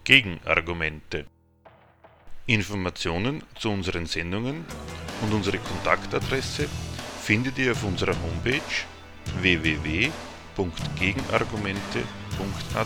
Gegenargumente. Informationen zu unseren Sendungen und unsere Kontaktadresse findet ihr auf unserer Homepage www.gegenargumente.at.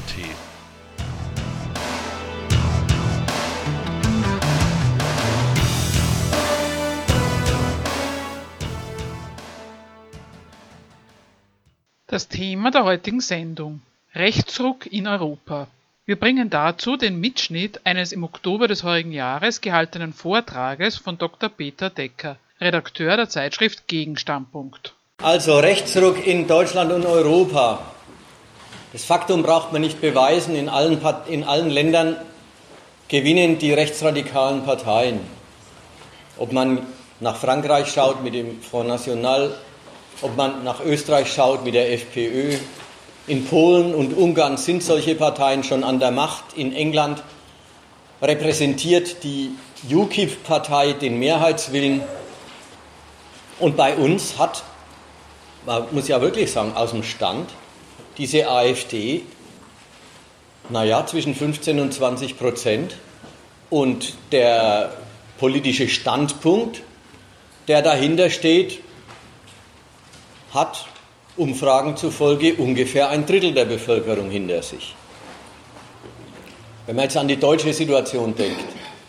Das Thema der heutigen Sendung: Rechtsruck in Europa. Wir bringen dazu den Mitschnitt eines im Oktober des heurigen Jahres gehaltenen Vortrages von Dr. Peter Decker, Redakteur der Zeitschrift Gegenstandpunkt. Also Rechtsruck in Deutschland und Europa. Das Faktum braucht man nicht beweisen. In allen Ländern gewinnen die rechtsradikalen Parteien. Ob man nach Frankreich schaut mit dem Front National, ob man nach Österreich schaut mit der FPÖ, in Polen und Ungarn sind solche Parteien schon an der Macht. In England repräsentiert die UKIP-Partei den Mehrheitswillen. Und bei uns hat, man muss ja wirklich sagen, aus dem Stand, diese AfD, zwischen 15 und 20%. Und der politische Standpunkt, der dahinter steht, hat Umfragen zufolge ungefähr ein Drittel der Bevölkerung hinter sich. Wenn man jetzt an die deutsche Situation denkt,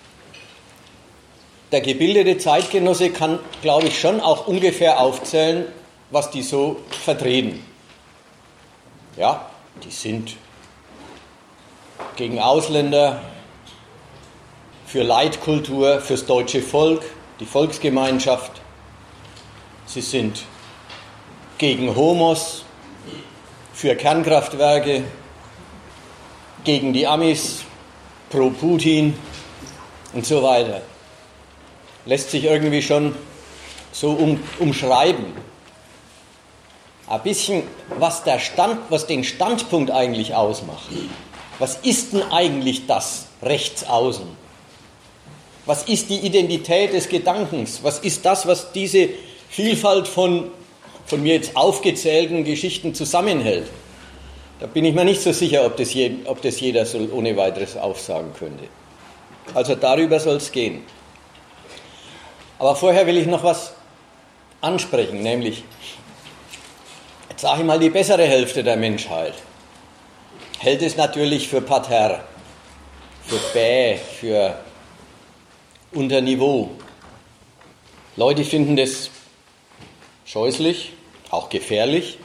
der gebildete Zeitgenosse kann, glaube ich, schon auch ungefähr aufzählen, was die so vertreten. Ja, die sind gegen Ausländer, für Leitkultur, fürs deutsche Volk, die Volksgemeinschaft. Sie sind gegen Homos, für Kernkraftwerke, gegen die Amis, pro Putin und so weiter. Lässt sich irgendwie schon so umschreiben. Ein bisschen, was den Standpunkt eigentlich ausmacht. Was ist denn eigentlich das Rechtsaußen? Was ist die Identität des Gedankens? Was ist das, was diese Vielfalt von mir jetzt aufgezählten Geschichten zusammenhält? Da bin ich mir nicht so sicher, ob das jeder so ohne weiteres aufsagen könnte. Also darüber soll es gehen. Aber vorher will ich noch was ansprechen, nämlich, jetzt sage ich mal, die bessere Hälfte der Menschheit hält es natürlich für Parterre, für bäh, für unter Niveau. Leute finden das scheußlich, auch gefährlich,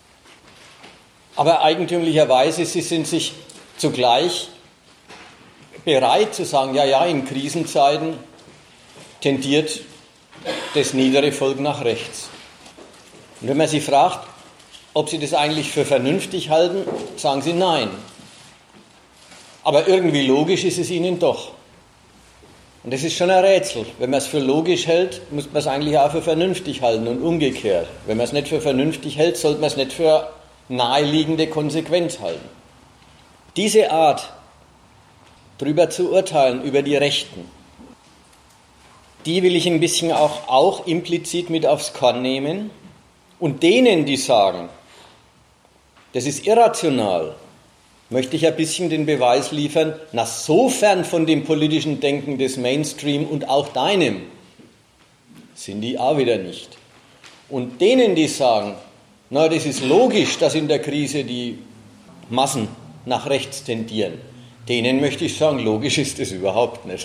aber eigentümlicherweise, sie sind sich zugleich bereit zu sagen, ja, in Krisenzeiten tendiert das niedere Volk nach rechts. Und wenn man sie fragt, ob sie das eigentlich für vernünftig halten, sagen sie nein. Aber irgendwie logisch ist es ihnen doch. Und das ist schon ein Rätsel. Wenn man es für logisch hält, muss man es eigentlich auch für vernünftig halten und umgekehrt. Wenn man es nicht für vernünftig hält, sollte man es nicht für naheliegende Konsequenz halten. Diese Art, darüber zu urteilen, über die Rechten, die will ich ein bisschen auch implizit mit aufs Korn nehmen. Und denen, die sagen, das ist irrational, möchte ich ein bisschen den Beweis liefern, so fern von dem politischen Denken des Mainstream und auch deinem, sind die auch wieder nicht. Und denen, die sagen, das ist logisch, dass in der Krise die Massen nach rechts tendieren, denen möchte ich sagen, logisch ist es überhaupt nicht.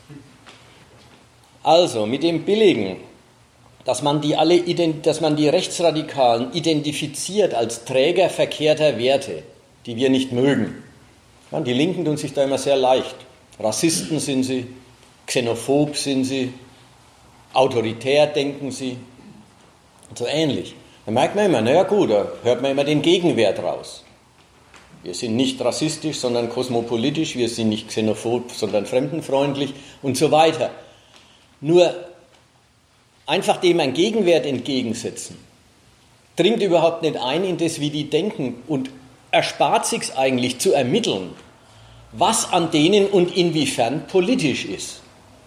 Also, mit dem Billigen, dass man die Rechtsradikalen identifiziert als Träger verkehrter Werte, die wir nicht mögen. Ja, die Linken tun sich da immer sehr leicht. Rassisten sind sie, xenophob sind sie, autoritär denken sie und so ähnlich. Da merkt man immer, da hört man immer den Gegenwert raus. Wir sind nicht rassistisch, sondern kosmopolitisch, wir sind nicht xenophob, sondern fremdenfreundlich und so weiter. Nur einfach dem einen Gegenwert entgegensetzen, dringt überhaupt nicht ein in das, wie die denken und erspart sich's eigentlich zu ermitteln, was an denen und inwiefern politisch ist.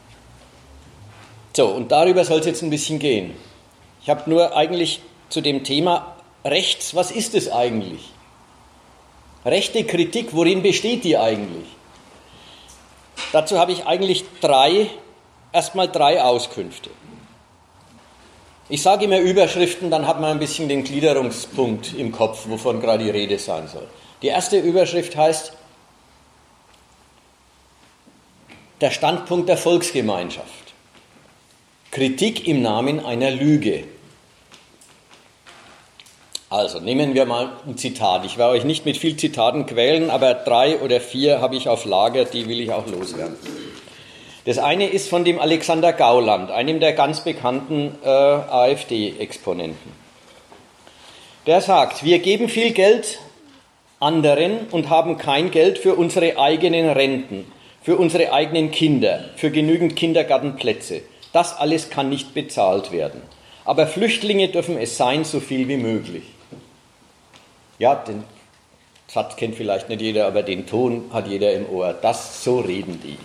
So, und darüber soll es jetzt ein bisschen gehen. Ich habe nur eigentlich zu dem Thema Rechts, was ist es eigentlich? Rechte Kritik, worin besteht die eigentlich? Dazu habe ich eigentlich erstmal drei Auskünfte. Ich sage immer Überschriften, dann hat man ein bisschen den Gliederungspunkt im Kopf, wovon gerade die Rede sein soll. Die erste Überschrift heißt der Standpunkt der Volksgemeinschaft. Kritik im Namen einer Lüge. Also nehmen wir mal ein Zitat. Ich werde euch nicht mit viel Zitaten quälen, aber 3 oder 4 habe ich auf Lager, die will ich auch loswerden. Das eine ist von dem Alexander Gauland, einem der ganz bekannten AfD-Exponenten. Der sagt, wir geben viel Geld anderen und haben kein Geld für unsere eigenen Renten, für unsere eigenen Kinder, für genügend Kindergartenplätze. Das alles kann nicht bezahlt werden. Aber Flüchtlinge dürfen es sein, so viel wie möglich. Ja, den Satz kennt vielleicht nicht jeder, aber den Ton hat jeder im Ohr. So reden die.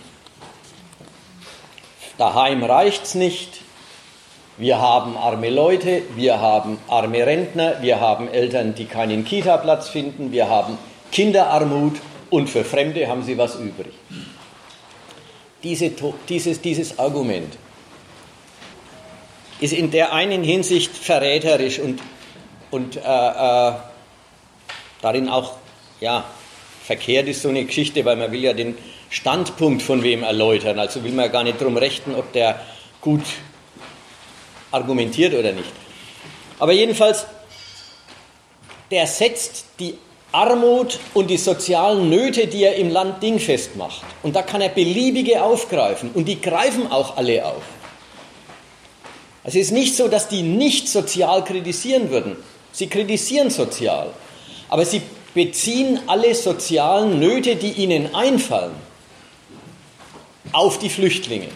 Daheim reicht's nicht. Wir haben arme Leute, wir haben arme Rentner, wir haben Eltern, die keinen Kita-Platz finden, wir haben Kinderarmut und für Fremde haben sie was übrig. Dieses Argument ist in der einen Hinsicht verräterisch und darin auch verkehrt ist so eine Geschichte, weil man will ja den Standpunkt von wem erläutern, also will man gar nicht drum rechten, ob der gut argumentiert oder nicht. Aber jedenfalls, der setzt die Armut und die sozialen Nöte, die er im Land dingfest macht. Und da kann er beliebige aufgreifen und die greifen auch alle auf. Also es ist nicht so, dass die nicht sozial kritisieren würden. Sie kritisieren sozial, aber sie beziehen alle sozialen Nöte, die ihnen einfallen, auf die Flüchtlinge.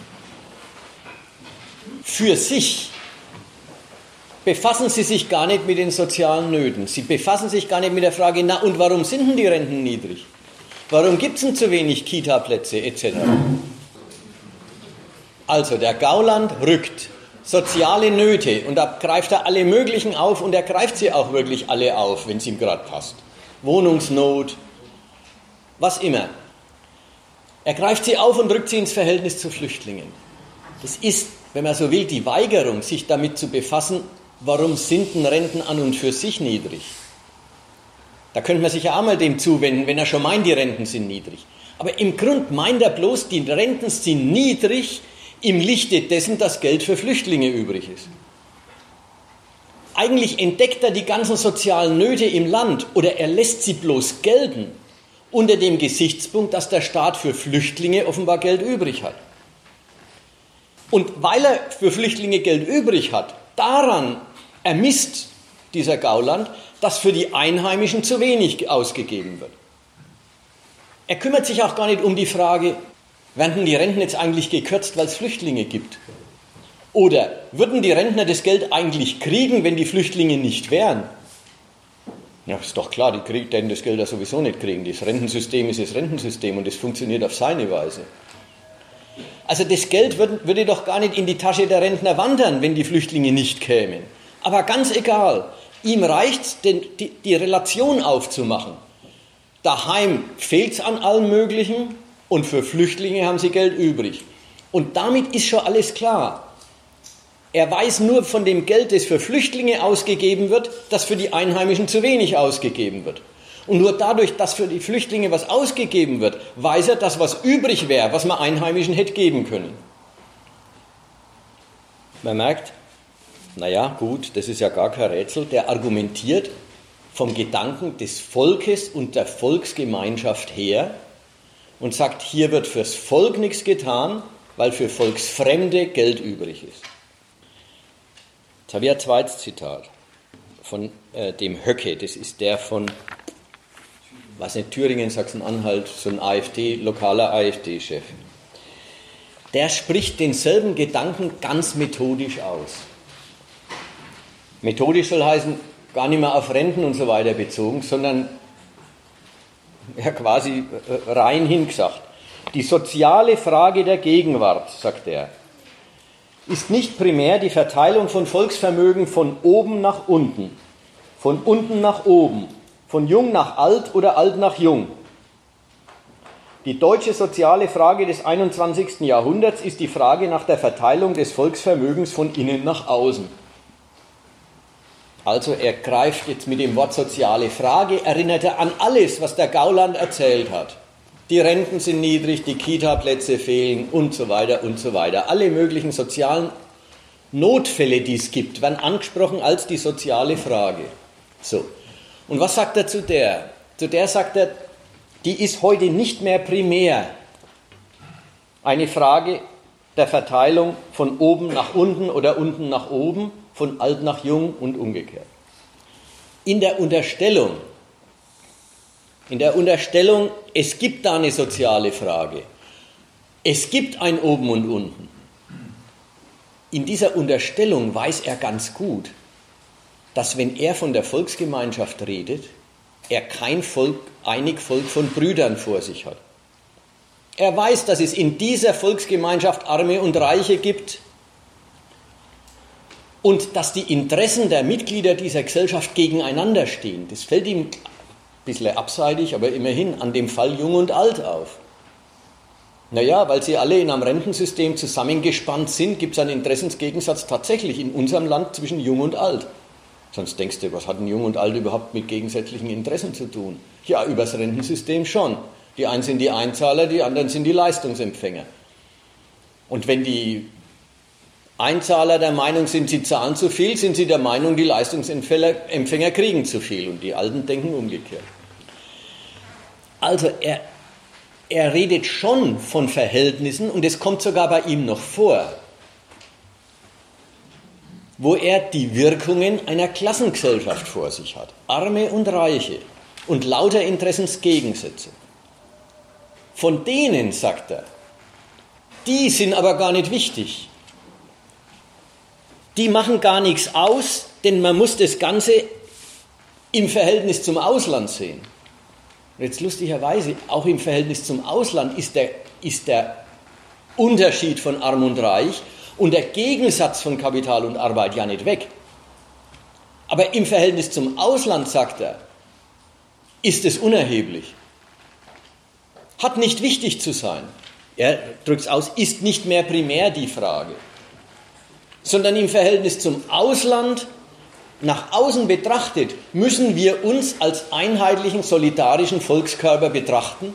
Für sich befassen sie sich gar nicht mit den sozialen Nöten. Sie befassen sich gar nicht mit der Frage, na und warum sind denn die Renten niedrig? Warum gibt es denn zu wenig Kita-Plätze etc.? Also der Gauland rückt soziale Nöte und da greift er alle möglichen auf und er greift sie auch wirklich alle auf, wenn es ihm gerade passt. Wohnungsnot, was immer. Er greift sie auf und rückt sie ins Verhältnis zu Flüchtlingen. Das ist, wenn man so will, die Weigerung, sich damit zu befassen, warum sind denn Renten an und für sich niedrig? Da könnte man sich ja auch mal dem zuwenden, wenn er schon meint, die Renten sind niedrig. Aber im Grund meint er bloß, die Renten sind niedrig im Lichte dessen, dass Geld für Flüchtlinge übrig ist. Eigentlich entdeckt er die ganzen sozialen Nöte im Land oder er lässt sie bloß gelten unter dem Gesichtspunkt, dass der Staat für Flüchtlinge offenbar Geld übrig hat. Und weil er für Flüchtlinge Geld übrig hat, daran ermisst dieser Gauland, dass für die Einheimischen zu wenig ausgegeben wird. Er kümmert sich auch gar nicht um die Frage, werden die Renten jetzt eigentlich gekürzt, weil es Flüchtlinge gibt? Oder würden die Rentner das Geld eigentlich kriegen, wenn die Flüchtlinge nicht wären? Ja, ist doch klar, die werden das Geld ja sowieso nicht kriegen. Das Rentensystem ist das Rentensystem und es funktioniert auf seine Weise. Also das Geld würde doch gar nicht in die Tasche der Rentner wandern, wenn die Flüchtlinge nicht kämen. Aber ganz egal, ihm reicht es, die Relation aufzumachen. Daheim fehlt es an allem Möglichen und für Flüchtlinge haben sie Geld übrig. Und damit ist schon alles klar. Er weiß nur von dem Geld, das für Flüchtlinge ausgegeben wird, dass für die Einheimischen zu wenig ausgegeben wird. Und nur dadurch, dass für die Flüchtlinge was ausgegeben wird, weiß er, dass was übrig wäre, was man Einheimischen hätte geben können. Man merkt, naja, gut, das ist ja gar kein Rätsel, der argumentiert vom Gedanken des Volkes und der Volksgemeinschaft her und sagt, hier wird fürs Volk nichts getan, weil für Volksfremde Geld übrig ist. Jetzt habe ich ein zweites Zitat von dem Höcke, das ist der von, weiß nicht, Thüringen, Sachsen-Anhalt, so ein lokaler AfD-Chef. Der spricht denselben Gedanken ganz methodisch aus. Methodisch soll heißen, gar nicht mehr auf Renten und so weiter bezogen, sondern ja quasi rein hingesagt. Die soziale Frage der Gegenwart, sagt er, ist nicht primär die Verteilung von Volksvermögen von oben nach unten, von unten nach oben, von jung nach alt oder alt nach jung. Die deutsche soziale Frage des 21. Jahrhunderts ist die Frage nach der Verteilung des Volksvermögens von innen nach außen. Also er greift jetzt mit dem Wort soziale Frage, erinnert er an alles, was der Gauland erzählt hat. Die Renten sind niedrig, die Kita-Plätze fehlen und so weiter und so weiter. Alle möglichen sozialen Notfälle, die es gibt, werden angesprochen als die soziale Frage. So. Und was sagt er zu der? Zu der sagt er, die ist heute nicht mehr primär eine Frage der Verteilung von oben nach unten oder unten nach oben, von alt nach jung und umgekehrt. In der Unterstellung, es gibt da eine soziale Frage, es gibt ein Oben und Unten. In dieser Unterstellung weiß er ganz gut, dass wenn er von der Volksgemeinschaft redet, er kein einig Volk von Brüdern vor sich hat. Er weiß, dass es in dieser Volksgemeinschaft Arme und Reiche gibt und dass die Interessen der Mitglieder dieser Gesellschaft gegeneinander stehen. Das fällt ihm ein bisschen abseitig, aber immerhin an dem Fall Jung und Alt auf. Naja, weil sie alle in einem Rentensystem zusammengespannt sind, gibt es einen Interessensgegensatz tatsächlich in unserem Land zwischen Jung und Alt. Sonst denkst du, was hat ein Jung und Alt überhaupt mit gegensätzlichen Interessen zu tun? Ja, übers Rentensystem schon. Die einen sind die Einzahler, die anderen sind die Leistungsempfänger. Und wenn die Einzahler der Meinung sind, sie zahlen zu viel, sind sie der Meinung, die Leistungsempfänger kriegen zu viel. Und die Alten denken umgekehrt. Also er redet schon von Verhältnissen, und es kommt sogar bei ihm noch vor, wo er die Wirkungen einer Klassengesellschaft vor sich hat. Arme und Reiche und lauter Interessensgegensätze. Von denen, sagt er, die sind aber gar nicht wichtig. Die machen gar nichts aus, denn man muss das Ganze im Verhältnis zum Ausland sehen. Und jetzt lustigerweise, auch im Verhältnis zum Ausland ist der Unterschied von Arm und Reich und der Gegensatz von Kapital und Arbeit ja nicht weg. Aber im Verhältnis zum Ausland, sagt er, ist es unerheblich. Hat nicht wichtig zu sein. Er drückt es aus, ist nicht mehr primär die Frage. Sondern im Verhältnis zum Ausland, nach außen betrachtet, müssen wir uns als einheitlichen, solidarischen Volkskörper betrachten,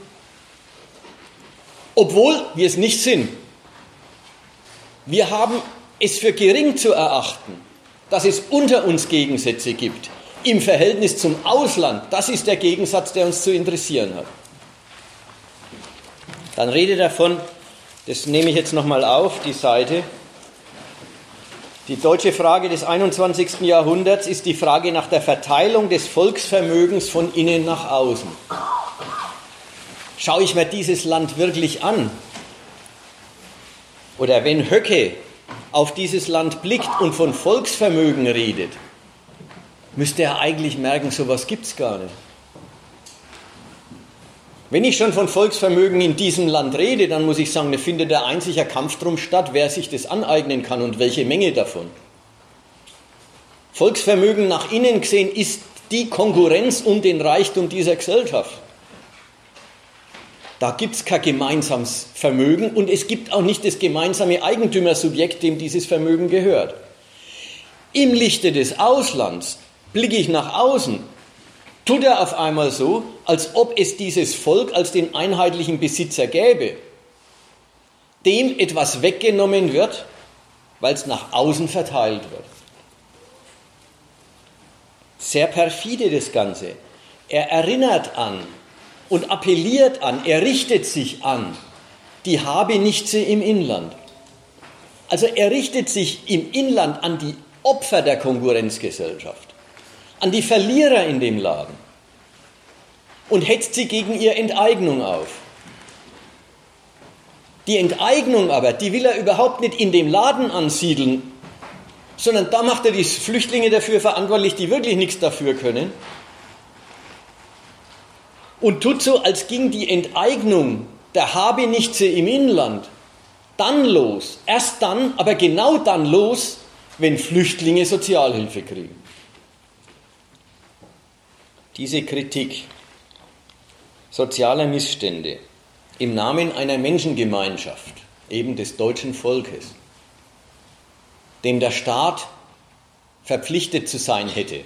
obwohl wir es nicht sind. Wir haben es für gering zu erachten, dass es unter uns Gegensätze gibt. Im Verhältnis zum Ausland, das ist der Gegensatz, der uns zu interessieren hat. Dann redet er von, das nehme ich jetzt nochmal auf, die Seite, die deutsche Frage des 21. Jahrhunderts ist die Frage nach der Verteilung des Volksvermögens von innen nach außen. Schaue ich mir dieses Land wirklich an? Oder wenn Höcke auf dieses Land blickt und von Volksvermögen redet, müsste er eigentlich merken, sowas gibt es gar nicht. Wenn ich schon von Volksvermögen in diesem Land rede, dann muss ich sagen, da findet der einzige Kampf drum statt, wer sich das aneignen kann und welche Menge davon. Volksvermögen nach innen gesehen ist die Konkurrenz um den Reichtum dieser Gesellschaft. Da gibt es kein gemeinsames Vermögen und es gibt auch nicht das gemeinsame Eigentümersubjekt, dem dieses Vermögen gehört. Im Lichte des Auslands blicke ich nach außen, tut er auf einmal so, als ob es dieses Volk als den einheitlichen Besitzer gäbe, dem etwas weggenommen wird, weil es nach außen verteilt wird. Sehr perfide das Ganze. Er erinnert an und appelliert an, er richtet sich an die Habenichtse im Inland. Also er richtet sich im Inland an die Opfer der Konkurrenzgesellschaft, an die Verlierer in dem Laden und hetzt sie gegen ihre Enteignung auf. Die Enteignung aber, die will er überhaupt nicht in dem Laden ansiedeln, sondern da macht er die Flüchtlinge dafür verantwortlich, die wirklich nichts dafür können, und tut so, als ging die Enteignung der Habenichtse im Inland dann los, erst dann, aber genau dann los, wenn Flüchtlinge Sozialhilfe kriegen. Diese Kritik sozialer Missstände im Namen einer Menschengemeinschaft, eben des deutschen Volkes, dem der Staat verpflichtet zu sein hätte.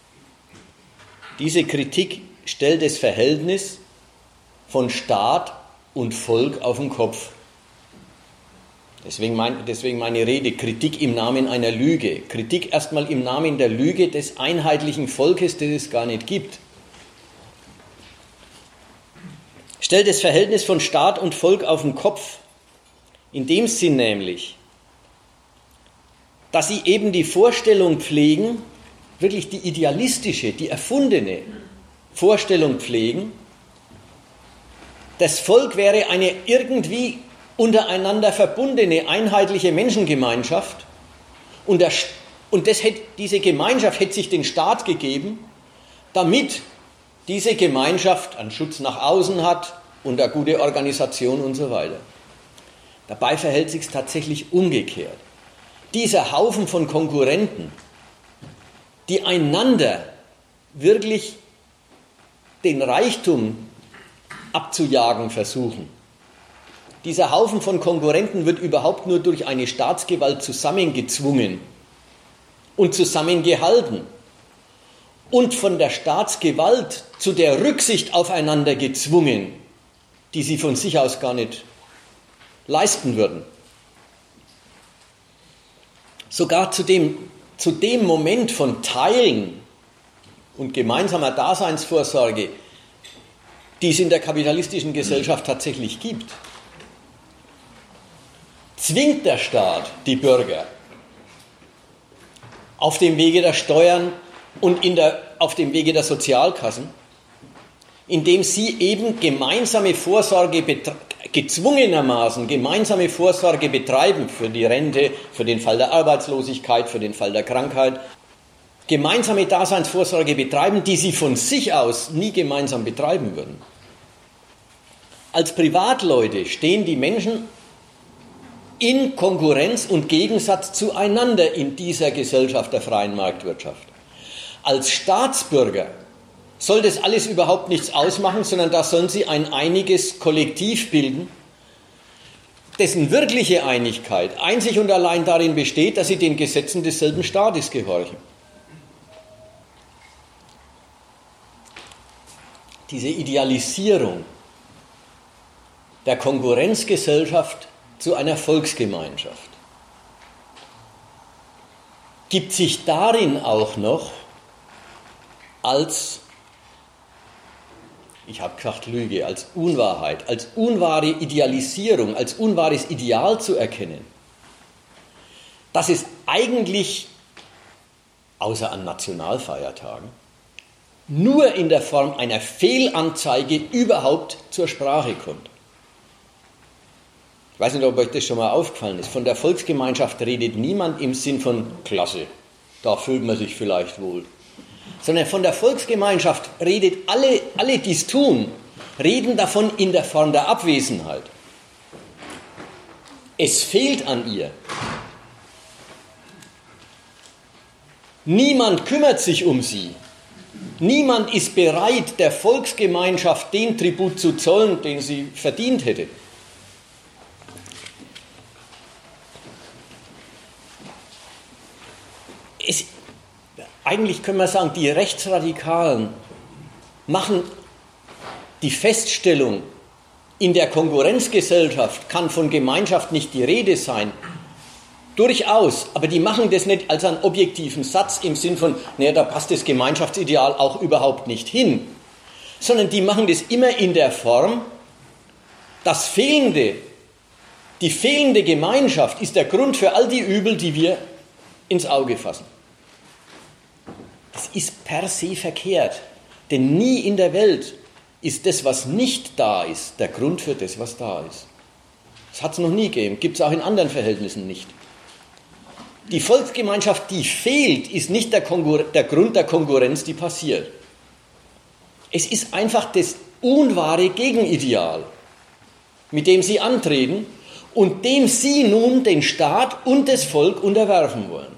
Diese Kritik stellt das Verhältnis von Staat und Volk auf den Kopf. Deswegen meine Rede, Kritik im Namen einer Lüge. Kritik erstmal im Namen der Lüge des einheitlichen Volkes, das es gar nicht gibt. Stellt das Verhältnis von Staat und Volk auf den Kopf. In dem Sinn nämlich, dass sie eben die Vorstellung pflegen, wirklich die idealistische, die erfundene Vorstellung pflegen, das Volk wäre eine irgendwie untereinander verbundene, einheitliche Menschengemeinschaft und diese Gemeinschaft hätte sich den Staat gegeben, damit diese Gemeinschaft einen Schutz nach außen hat und eine gute Organisation und so weiter. Dabei verhält sich es tatsächlich umgekehrt. Dieser Haufen von Konkurrenten, die einander wirklich den Reichtum abzujagen versuchen, dieser Haufen von Konkurrenten wird überhaupt nur durch eine Staatsgewalt zusammengezwungen und zusammengehalten und von der Staatsgewalt zu der Rücksicht aufeinander gezwungen, die sie von sich aus gar nicht leisten würden. Sogar zu dem Moment von Teilen und gemeinsamer Daseinsvorsorge, die es in der kapitalistischen Gesellschaft tatsächlich gibt, zwingt der Staat die Bürger auf dem Wege der Steuern und auf dem Wege der Sozialkassen, indem sie eben gezwungenermaßen gemeinsame Vorsorge betreiben für die Rente, für den Fall der Arbeitslosigkeit, für den Fall der Krankheit, gemeinsame Daseinsvorsorge betreiben, die sie von sich aus nie gemeinsam betreiben würden. Als Privatleute stehen die Menschen in Konkurrenz und Gegensatz zueinander in dieser Gesellschaft der freien Marktwirtschaft. Als Staatsbürger soll das alles überhaupt nichts ausmachen, sondern da sollen sie ein einiges Kollektiv bilden, dessen wirkliche Einigkeit einzig und allein darin besteht, dass sie den Gesetzen desselben Staates gehorchen. Diese Idealisierung der Konkurrenzgesellschaft zu einer Volksgemeinschaft gibt sich darin auch noch als, ich habe gesagt Lüge, als Unwahrheit, als unwahre Idealisierung, als unwahres Ideal zu erkennen, dass es eigentlich, außer an Nationalfeiertagen, nur in der Form einer Fehlanzeige überhaupt zur Sprache kommt. Ich weiß nicht, ob euch das schon mal aufgefallen ist. Von der Volksgemeinschaft redet niemand im Sinn von Klasse, da fühlt man sich vielleicht wohl. Sondern von der Volksgemeinschaft redet alle, die es tun, reden davon in der Form der Abwesenheit. Es fehlt an ihr. Niemand kümmert sich um sie. Niemand ist bereit, der Volksgemeinschaft den Tribut zu zollen, den sie verdient hätte. Eigentlich können wir sagen, die Rechtsradikalen machen die Feststellung, in der Konkurrenzgesellschaft kann von Gemeinschaft nicht die Rede sein, durchaus, aber die machen das nicht als einen objektiven Satz im Sinn von, naja, da passt das Gemeinschaftsideal auch überhaupt nicht hin, sondern die machen das immer in der Form, die fehlende Gemeinschaft ist der Grund für all die Übel, die wir ins Auge fassen. Das ist per se verkehrt, denn nie in der Welt ist das, was nicht da ist, der Grund für das, was da ist. Das hat es noch nie gegeben, gibt es auch in anderen Verhältnissen nicht. Die Volksgemeinschaft, die fehlt, ist nicht der Grund der Konkurrenz, die passiert. Es ist einfach das unwahre Gegenideal, mit dem sie antreten und dem sie nun den Staat und das Volk unterwerfen wollen.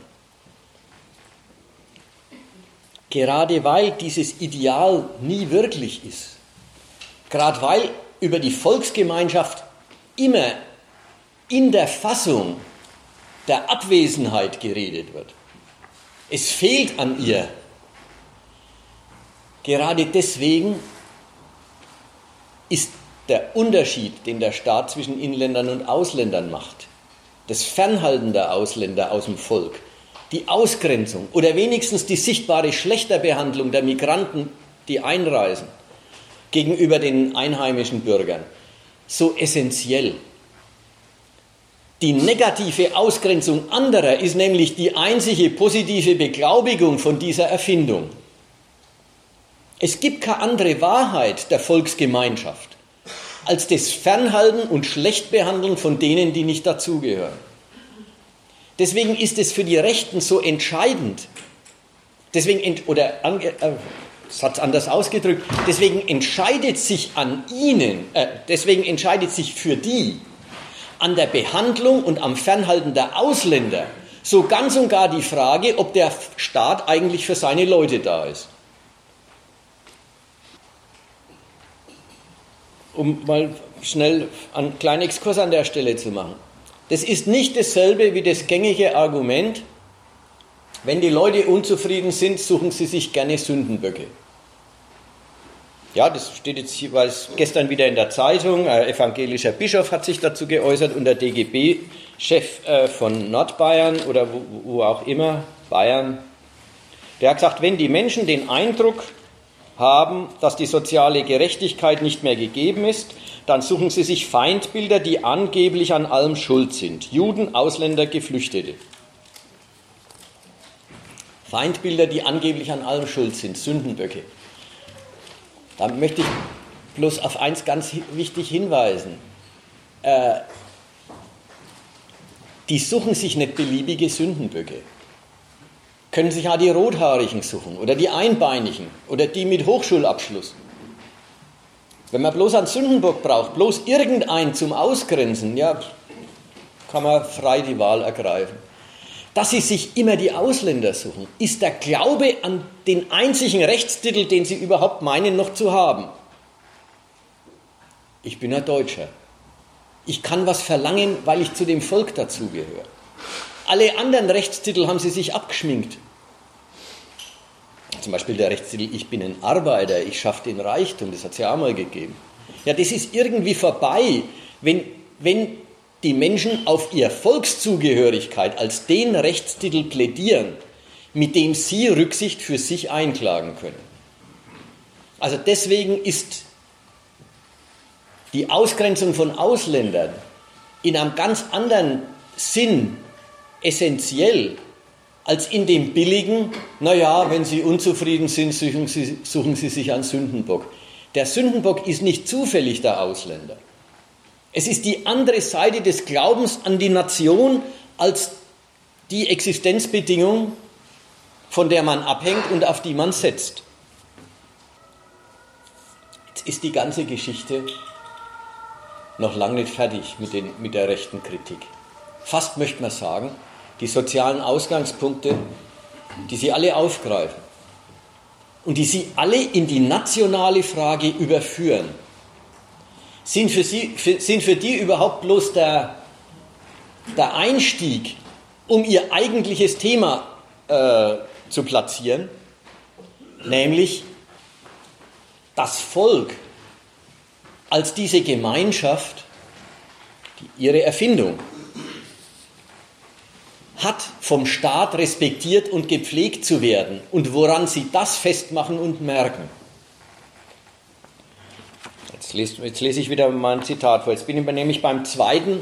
Gerade weil dieses Ideal nie wirklich ist, gerade weil über die Volksgemeinschaft immer in der Fassung der Abwesenheit geredet wird. Es fehlt an ihr. Gerade deswegen ist der Unterschied, den der Staat zwischen Inländern und Ausländern macht, das Fernhalten der Ausländer aus dem Volk, die Ausgrenzung oder wenigstens die sichtbare Schlechterbehandlung der Migranten, die einreisen, gegenüber den einheimischen Bürgern, so essentiell. Die negative Ausgrenzung anderer ist nämlich die einzige positive Beglaubigung von dieser Erfindung. Es gibt keine andere Wahrheit der Volksgemeinschaft als das Fernhalten und Schlechtbehandeln von denen, die nicht dazugehören. Deswegen ist es für die Rechten so entscheidend, Satz anders ausgedrückt, deswegen entscheidet sich für die an der Behandlung und am Fernhalten der Ausländer so ganz und gar die Frage, ob der Staat eigentlich für seine Leute da ist. Um mal schnell einen kleinen Exkurs an der Stelle zu machen. Das ist nicht dasselbe wie das gängige Argument, wenn die Leute unzufrieden sind, suchen sie sich gerne Sündenböcke. Ja, das steht jetzt jeweils gestern wieder in der Zeitung. Ein evangelischer Bischof hat sich dazu geäußert und der DGB-Chef von Nordbayern oder wo auch immer, Bayern, der hat gesagt, wenn die Menschen den Eindruck haben, dass die soziale Gerechtigkeit nicht mehr gegeben ist, dann suchen sie sich Feindbilder, die angeblich an allem schuld sind. Juden, Ausländer, Geflüchtete. Feindbilder, die angeblich an allem schuld sind, Sündenböcke. Da möchte ich bloß auf eins ganz wichtig hinweisen. Die suchen sich nicht beliebige Sündenböcke. Können sich auch die Rothaarigen suchen oder die Einbeinigen oder die mit Hochschulabschluss. Wenn man bloß einen Sündenbock braucht, bloß irgendeinen zum Ausgrenzen, ja, kann man frei die Wahl ergreifen. Dass sie sich immer die Ausländer suchen, ist der Glaube an den einzigen Rechtstitel, den sie überhaupt meinen, noch zu haben. Ich bin ein Deutscher. Ich kann was verlangen, weil ich zu dem Volk dazugehöre. Alle anderen Rechtstitel haben sie sich abgeschminkt. Zum Beispiel der Rechtstitel, ich bin ein Arbeiter, ich schaffe den Reichtum, das hat es ja auch mal gegeben. Ja, das ist irgendwie vorbei, wenn die Menschen auf ihre Volkszugehörigkeit als den Rechtstitel plädieren, mit dem sie Rücksicht für sich einklagen können. Also deswegen ist die Ausgrenzung von Ausländern in einem ganz anderen Sinn essentiell als in dem billigen, naja, wenn Sie unzufrieden sind, suchen Sie sich einen Sündenbock. Der Sündenbock ist nicht zufällig der Ausländer. Es ist die andere Seite des Glaubens an die Nation als die Existenzbedingung, von der man abhängt und auf die man setzt. Jetzt ist die ganze Geschichte noch lange nicht fertig mit der rechten Kritik. Fast möchte man sagen, die sozialen Ausgangspunkte, die sie alle aufgreifen und die sie alle in die nationale Frage überführen, sind für die überhaupt bloß der Einstieg, um ihr eigentliches Thema zu platzieren, nämlich das Volk als diese Gemeinschaft, ihre Erfindung, hat vom Staat respektiert und gepflegt zu werden und woran sie das festmachen und merken. Jetzt lese ich wieder mal ein Zitat vor. Jetzt bin ich nämlich beim zweiten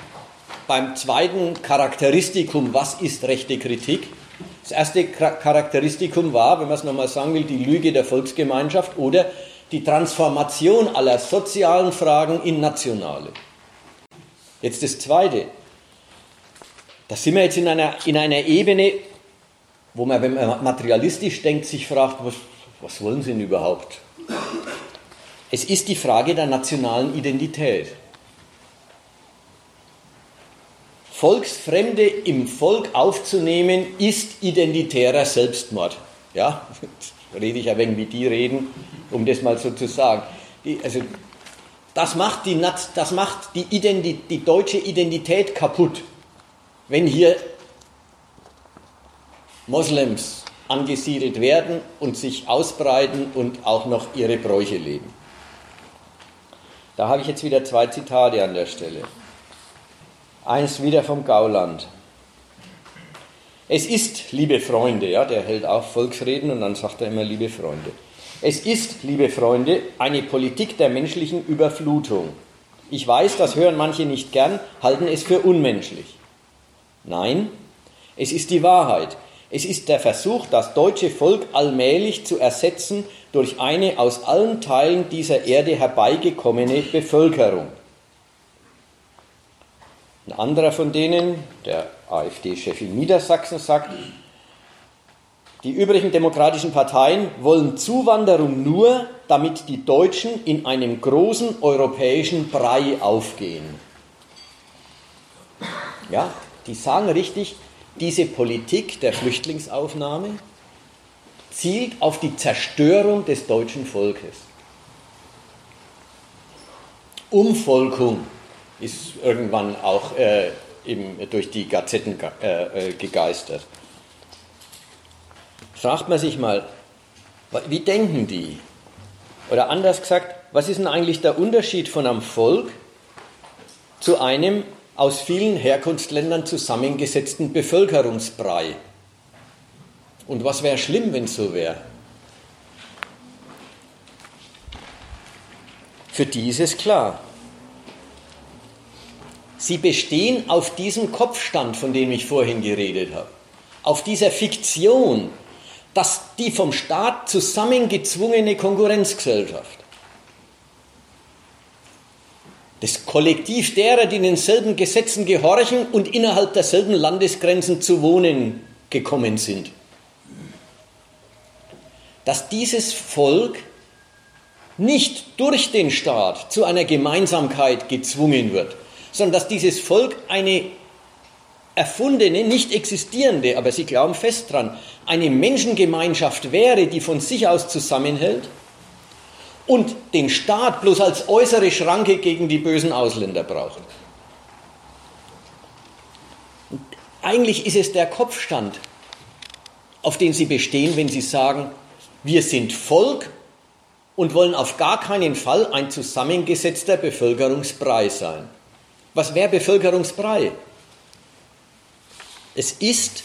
Charakteristikum, was ist rechte Kritik? Das erste Charakteristikum war, wenn man es nochmal sagen will, die Lüge der Volksgemeinschaft oder die Transformation aller sozialen Fragen in nationale. Jetzt das zweite. Da sind wir jetzt in einer Ebene, wo man, wenn man materialistisch denkt, sich fragt, was wollen sie denn überhaupt? Es ist die Frage der nationalen Identität. Volksfremde im Volk aufzunehmen, ist identitärer Selbstmord. Ja, jetzt rede ich ein wenig, wie die reden, um das mal so zu sagen. das macht die deutsche Identität kaputt, wenn hier Moslems angesiedelt werden und sich ausbreiten und auch noch ihre Bräuche leben. Da habe ich jetzt wieder 2 Zitate an der Stelle. Eins wieder vom Gauland. Es ist, liebe Freunde, ja, der hält auch Volksreden und dann sagt er immer, liebe Freunde. Es ist, liebe Freunde, eine Politik der menschlichen Überflutung. Ich weiß, das hören manche nicht gern, halten es für unmenschlich. Nein, es ist die Wahrheit. Es ist der Versuch, das deutsche Volk allmählich zu ersetzen durch eine aus allen Teilen dieser Erde herbeigekommene Bevölkerung. Ein anderer von denen, der AfD-Chef in Niedersachsen, sagt, die übrigen demokratischen Parteien wollen Zuwanderung nur, damit die Deutschen in einem großen europäischen Brei aufgehen. Ja, die sagen richtig, diese Politik der Flüchtlingsaufnahme zielt auf die Zerstörung des deutschen Volkes. Umvolkung ist irgendwann auch durch die Gazetten gegeistert. Fragt man sich mal, wie denken die? Oder anders gesagt, was ist denn eigentlich der Unterschied von einem Volk zu einem aus vielen Herkunftsländern zusammengesetzten Bevölkerungsbrei? Und was wäre schlimm, wenn es so wäre? Für die ist es klar. Sie bestehen auf diesem Kopfstand, von dem ich vorhin geredet habe. Auf dieser Fiktion, dass die vom Staat zusammengezwungene Konkurrenzgesellschaft, das Kollektiv derer, die denselben Gesetzen gehorchen und innerhalb derselben Landesgrenzen zu wohnen gekommen sind, dass dieses Volk nicht durch den Staat zu einer Gemeinsamkeit gezwungen wird, sondern dass dieses Volk eine erfundene, nicht existierende, aber sie glauben fest dran, eine Menschengemeinschaft wäre, die von sich aus zusammenhält und den Staat bloß als äußere Schranke gegen die bösen Ausländer braucht. Und eigentlich ist es der Kopfstand, auf den sie bestehen, wenn sie sagen, wir sind Volk und wollen auf gar keinen Fall ein zusammengesetzter Bevölkerungsbrei sein. Was wäre Bevölkerungsbrei? Es ist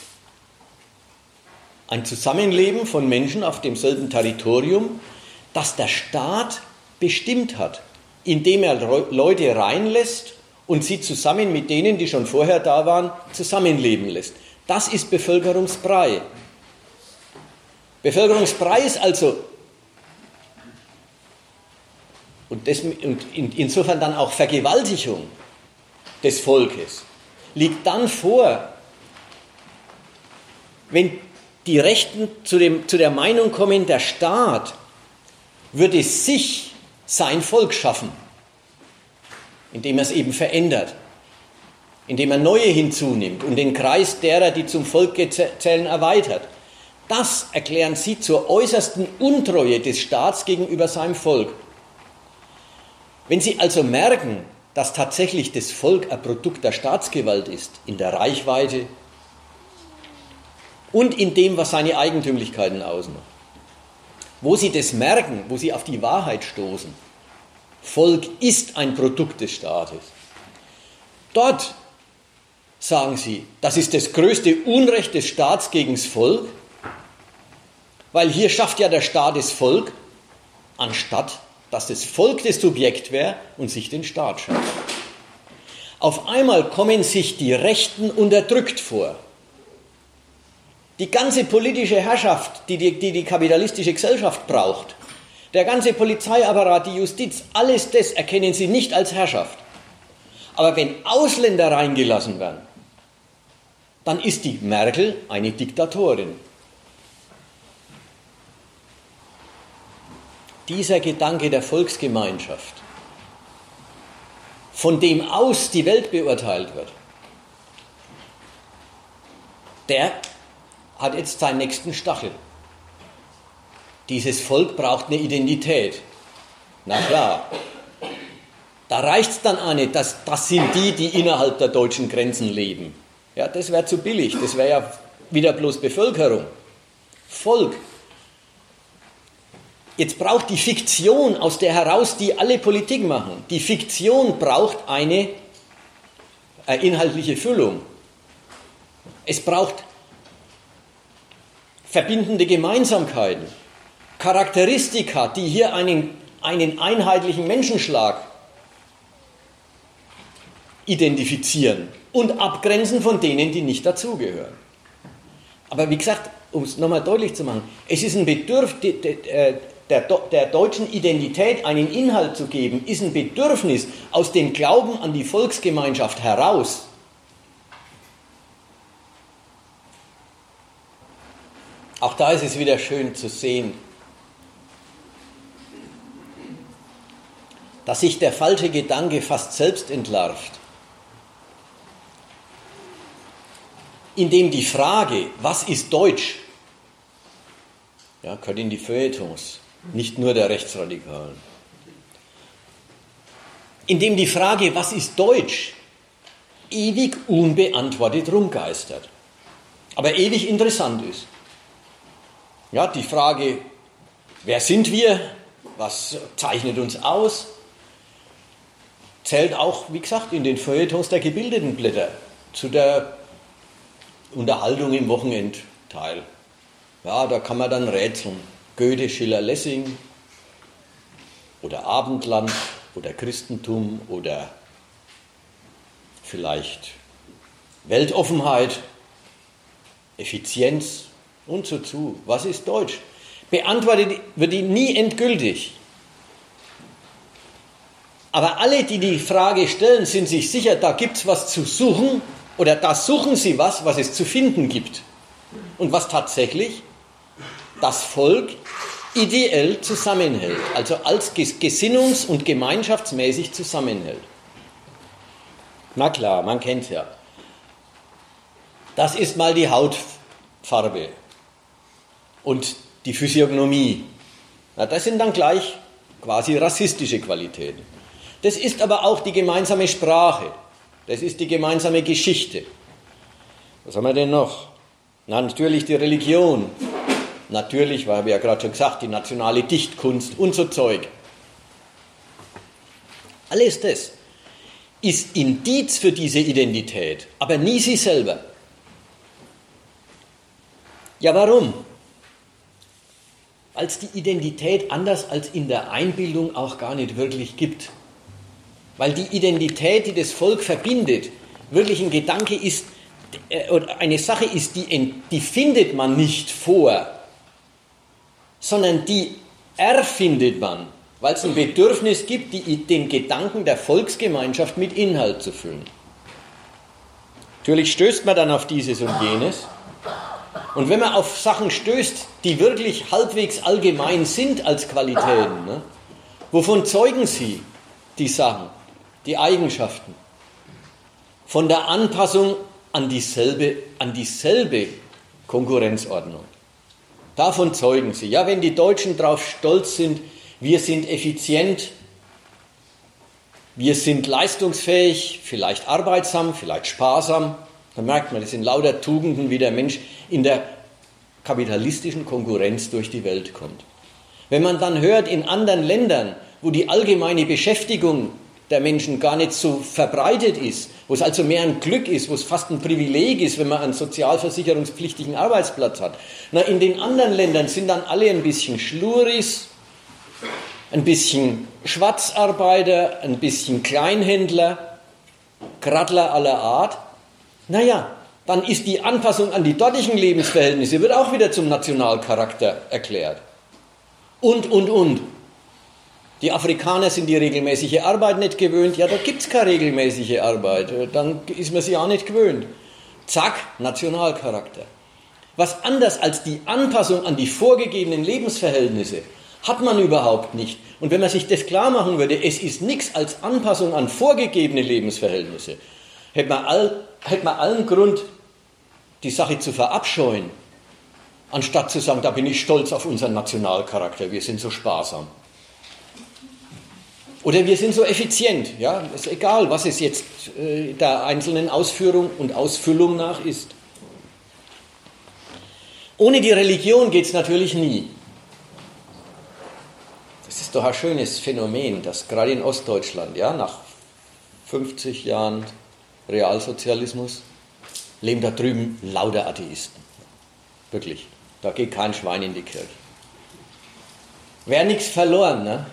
ein Zusammenleben von Menschen auf demselben Territorium, das der Staat bestimmt hat, indem er Leute reinlässt und sie zusammen mit denen, die schon vorher da waren, zusammenleben lässt. Das ist Bevölkerungsbrei. Bevölkerungsbrei ist also, und insofern dann auch Vergewaltigung des Volkes, liegt dann vor, wenn die Rechten zu der Meinung kommen, der Staat würde sich sein Volk schaffen, indem er es eben verändert, indem er neue hinzunimmt und den Kreis derer, die zum Volk zählen, erweitert. Das erklären sie zur äußersten Untreue des Staats gegenüber seinem Volk. Wenn sie also merken, dass tatsächlich das Volk ein Produkt der Staatsgewalt ist, in der Reichweite und in dem, was seine Eigentümlichkeiten ausmacht, wo sie das merken, wo sie auf die Wahrheit stoßen, Volk ist ein Produkt des Staates, dort sagen sie, das ist das größte Unrecht des Staats gegen das Volk, weil hier schafft ja der Staat das Volk, anstatt dass das Volk das Subjekt wäre und sich den Staat schafft. Auf einmal kommen sich die Rechten unterdrückt vor. Die ganze politische Herrschaft, die kapitalistische Gesellschaft braucht, der ganze Polizeiapparat, die Justiz, alles das erkennen sie nicht als Herrschaft. Aber wenn Ausländer reingelassen werden, dann ist die Merkel eine Diktatorin. Dieser Gedanke der Volksgemeinschaft, von dem aus die Welt beurteilt wird, der hat jetzt seinen nächsten Stachel. Dieses Volk braucht eine Identität. Na klar, Da reicht es dann auch nicht, das sind die innerhalb der deutschen Grenzen leben. Ja, das wäre zu billig, das wäre ja wieder bloß Bevölkerung. Volk. Jetzt braucht die Fiktion, aus der heraus die alle Politik machen, die Fiktion braucht eine inhaltliche Füllung. Es braucht verbindende Gemeinsamkeiten, Charakteristika, die hier einen einheitlichen Menschenschlag identifizieren und abgrenzen von denen, die nicht dazugehören. Aber wie gesagt, um es nochmal deutlich zu machen, es ist ein Bedürfnis, der deutschen Identität einen Inhalt zu geben, ist ein Bedürfnis aus dem Glauben an die Volksgemeinschaft heraus. Auch da ist es wieder schön zu sehen, dass sich der falsche Gedanke fast selbst entlarvt, indem die Frage, was ist Deutsch, ja, gehört in die Feuilletons, nicht nur der Rechtsradikalen, indem die Frage, was ist Deutsch, ewig unbeantwortet rumgeistert, aber ewig interessant ist. Ja, die Frage, wer sind wir, was zeichnet uns aus, zählt auch, wie gesagt, in den Feuilletons der gebildeten Blätter zu der Unterhaltung im Wochenendteil. Ja, da kann man dann rätseln. Goethe, Schiller, Lessing oder Abendland oder Christentum oder vielleicht Weltoffenheit, Effizienz und so zu. Was ist Deutsch? Beantwortet wird die nie endgültig. Aber alle, die die Frage stellen, sind sich sicher, da gibt es was zu suchen oder da suchen sie was es zu finden gibt. Und was tatsächlich das Volk ideell zusammenhält, also als gesinnungs- und gemeinschaftsmäßig zusammenhält. Na klar, man kennt es ja. Das ist mal die Hautfarbe und die Physiognomie. Na, das sind dann gleich quasi rassistische Qualitäten. Das ist aber auch die gemeinsame Sprache. Das ist die gemeinsame Geschichte. Was haben wir denn noch? Na, natürlich die Religion. Natürlich, weil wir ja gerade schon gesagt, die nationale Dichtkunst und so Zeug. Alles das ist Indiz für diese Identität, aber nie sie selber. Ja, warum? Weil es die Identität anders als in der Einbildung auch gar nicht wirklich gibt. Weil die Identität, die das Volk verbindet, wirklich ein Gedanke ist, oder eine Sache ist, die findet man nicht vor, sondern die erfindet man, weil es ein Bedürfnis gibt, den Gedanken der Volksgemeinschaft mit Inhalt zu füllen. Natürlich stößt man dann auf dieses und jenes. Und wenn man auf Sachen stößt, die wirklich halbwegs allgemein sind als Qualitäten, ne, wovon zeugen sie, die Sachen, die Eigenschaften? Von der Anpassung an dieselbe Konkurrenzordnung. Davon zeugen sie. Ja, wenn die Deutschen darauf stolz sind, wir sind effizient, wir sind leistungsfähig, vielleicht arbeitsam, vielleicht sparsam, dann merkt man, das sind lauter Tugenden, wie der Mensch in der kapitalistischen Konkurrenz durch die Welt kommt. Wenn man dann hört, in anderen Ländern, wo die allgemeine Beschäftigung der Menschen gar nicht so verbreitet ist, wo es also mehr ein Glück ist, wo es fast ein Privileg ist, wenn man einen sozialversicherungspflichtigen Arbeitsplatz hat. Na, in den anderen Ländern sind dann alle ein bisschen Schluris, ein bisschen Schwarzarbeiter, ein bisschen Kleinhändler, Grattler aller Art. Naja, dann ist die Anpassung an die dortigen Lebensverhältnisse, wird auch wieder zum Nationalcharakter erklärt. Und. Die Afrikaner sind die regelmäßige Arbeit nicht gewöhnt. Ja, da gibt es keine regelmäßige Arbeit. Dann ist man sie auch nicht gewöhnt. Zack, Nationalcharakter. Was anders als die Anpassung an die vorgegebenen Lebensverhältnisse hat man überhaupt nicht. Und wenn man sich das klar machen würde, es ist nichts als Anpassung an vorgegebene Lebensverhältnisse, hätte man allen Grund, die Sache zu verabscheuen, anstatt zu sagen, da bin ich stolz auf unseren Nationalcharakter, wir sind so sparsam. Oder wir sind so effizient, ja, ist egal, was es jetzt der einzelnen Ausführung und Ausfüllung nach ist. Ohne die Religion geht es natürlich nie. Das ist doch ein schönes Phänomen, dass gerade in Ostdeutschland, ja, nach 50 Jahren Realsozialismus, leben da drüben lauter Atheisten. Wirklich, da geht kein Schwein in die Kirche. Wäre nichts verloren, ne?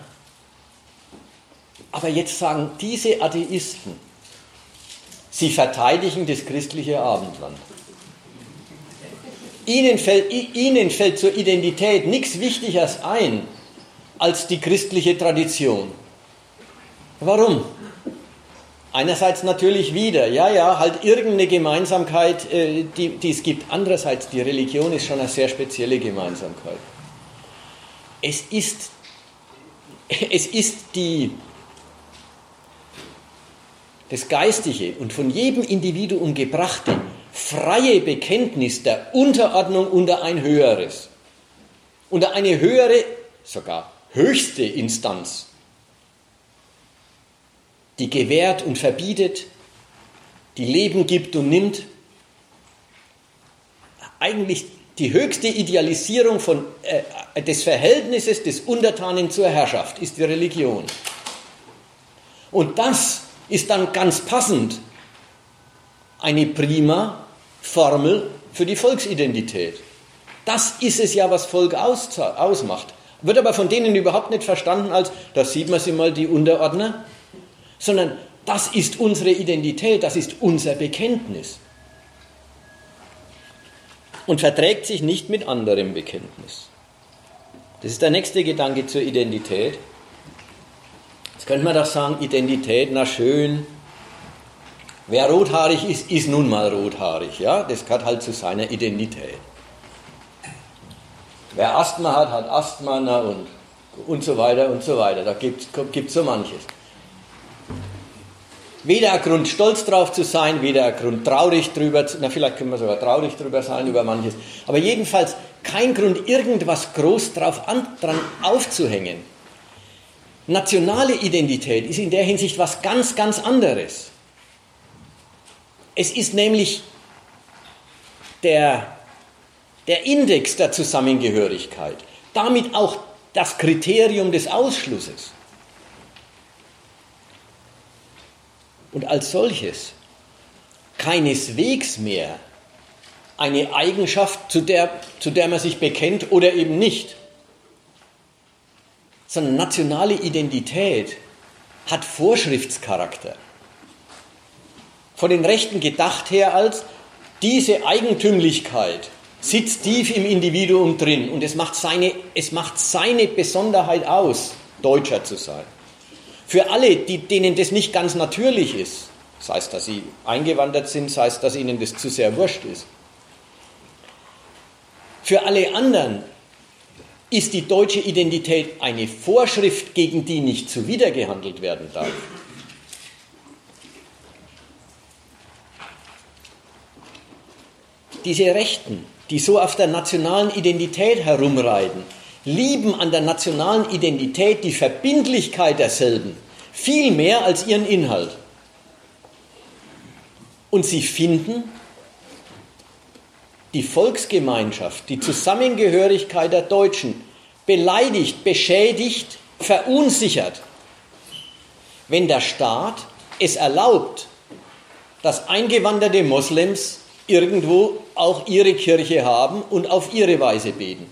Aber jetzt sagen diese Atheisten, sie verteidigen das christliche Abendland. Ihnen fällt zur Identität nichts Wichtigeres ein als die christliche Tradition. Warum? Einerseits natürlich wieder, ja, halt irgendeine Gemeinsamkeit, die es gibt. Andererseits, die Religion ist schon eine sehr spezielle Gemeinsamkeit. Es ist das geistige und von jedem Individuum gebrachte freie Bekenntnis der Unterordnung unter ein höheres, unter eine höhere, sogar höchste Instanz, die gewährt und verbietet, die Leben gibt und nimmt. Eigentlich die höchste Idealisierung des Verhältnisses des Untertanen zur Herrschaft ist die Religion. Und das ist dann ganz passend eine prima Formel für die Volksidentität. Das ist es ja, was Volk ausmacht. Wird aber von denen überhaupt nicht verstanden als, da sieht man sie mal, die Unterordner, sondern das ist unsere Identität, das ist unser Bekenntnis. Und verträgt sich nicht mit anderem Bekenntnis. Das ist der nächste Gedanke zur Identität. Jetzt könnte man doch sagen, Identität, na schön, wer rothaarig ist, ist nun mal rothaarig. Ja? Das gehört halt zu seiner Identität. Wer Asthma hat, hat Asthma, na und so weiter und so weiter. Da gibt es so manches. Weder ein Grund, stolz drauf zu sein, weder ein Grund, traurig drüber, vielleicht können wir sogar traurig drüber sein, über manches, aber jedenfalls kein Grund, irgendwas groß dran aufzuhängen. Nationale Identität ist in der Hinsicht was ganz, ganz anderes. Es ist nämlich der Index der Zusammengehörigkeit, damit auch das Kriterium des Ausschlusses. Und als solches keineswegs mehr eine Eigenschaft, zu der man sich bekennt oder eben nicht, sondern nationale Identität hat Vorschriftscharakter. Von den Rechten gedacht her als, diese Eigentümlichkeit sitzt tief im Individuum drin und es macht seine Besonderheit aus, Deutscher zu sein. Für alle, denen das nicht ganz natürlich ist, sei es, dass sie eingewandert sind, sei es, dass ihnen das zu sehr wurscht ist. Für alle anderen ist die deutsche Identität eine Vorschrift, gegen die nicht zuwidergehandelt werden darf. Diese Rechten, die so auf der nationalen Identität herumreiten, lieben an der nationalen Identität die Verbindlichkeit derselben viel mehr als ihren Inhalt. Und sie finden die Volksgemeinschaft, die Zusammengehörigkeit der Deutschen beleidigt, beschädigt, verunsichert, wenn der Staat es erlaubt, dass eingewanderte Moslems irgendwo auch ihre Kirche haben und auf ihre Weise beten.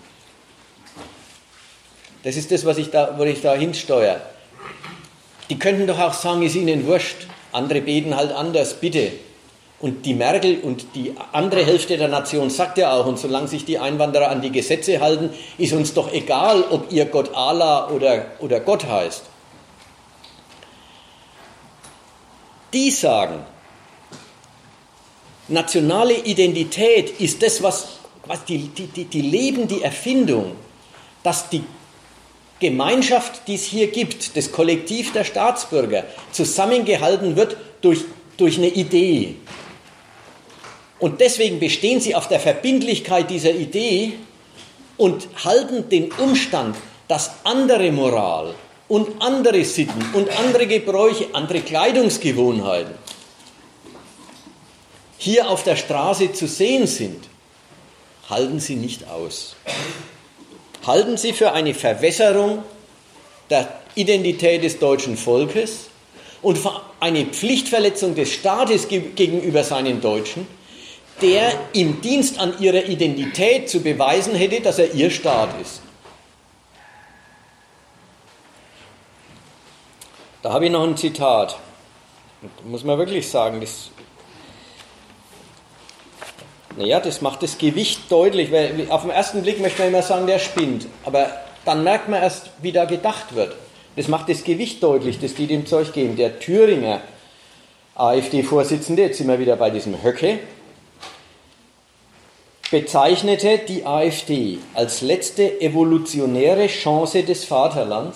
Das ist das, wo ich da hinsteuere. Die könnten doch auch sagen, ist ihnen wurscht. Andere beten halt anders, bitte. Und die Merkel und die andere Hälfte der Nation sagt ja auch, und solange sich die Einwanderer an die Gesetze halten, ist uns doch egal, ob ihr Gott Allah oder Gott heißt. Die sagen, nationale Identität ist das, was die leben, die Erfindung, dass die Gemeinschaft, die es hier gibt, das Kollektiv der Staatsbürger, zusammengehalten wird durch eine Idee. Und deswegen bestehen sie auf der Verbindlichkeit dieser Idee und halten den Umstand, dass andere Moral und andere Sitten und andere Gebräuche, andere Kleidungsgewohnheiten hier auf der Straße zu sehen sind, halten Sie nicht aus. Halten Sie für eine Verwässerung der Identität des deutschen Volkes und für eine Pflichtverletzung des Staates gegenüber seinen Deutschen, der im Dienst an ihrer Identität zu beweisen hätte, dass er ihr Staat ist. Da habe ich noch ein Zitat. Da muss man wirklich sagen, das macht das Gewicht deutlich, weil auf den ersten Blick möchte man immer sagen, der spinnt. Aber dann merkt man erst, wie da gedacht wird. Das macht das Gewicht deutlich, das die dem Zeug geben. Der Thüringer AfD-Vorsitzende, jetzt sind wir wieder bei diesem Höcke, bezeichnete die AfD als letzte evolutionäre Chance des Vaterlands.